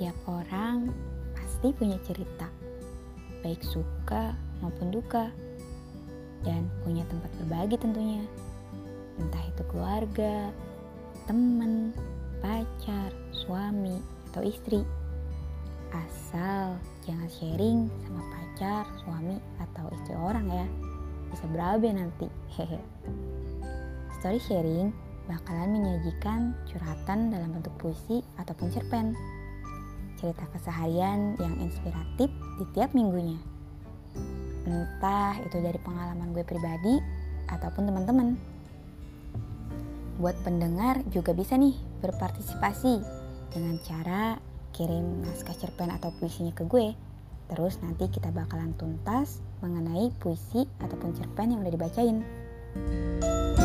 Setiap orang pasti punya cerita, baik suka maupun duka, dan punya tempat berbagi tentunya. Entah itu keluarga, teman, pacar, suami, atau istri. Asal jangan sharing sama pacar, suami, atau istri orang ya. Bisa berabe nanti. Hehe. Story sharing bakalan menyajikan curhatan dalam bentuk puisi ataupun cerpen. Cerita keseharian yang inspiratif di tiap minggunya. Entah itu dari pengalaman gue pribadi ataupun teman-teman. Buat pendengar juga bisa nih berpartisipasi dengan cara kirim naskah cerpen atau puisinya ke gue. Terus nanti kita bakalan tuntas mengenai puisi ataupun cerpen yang udah dibacain.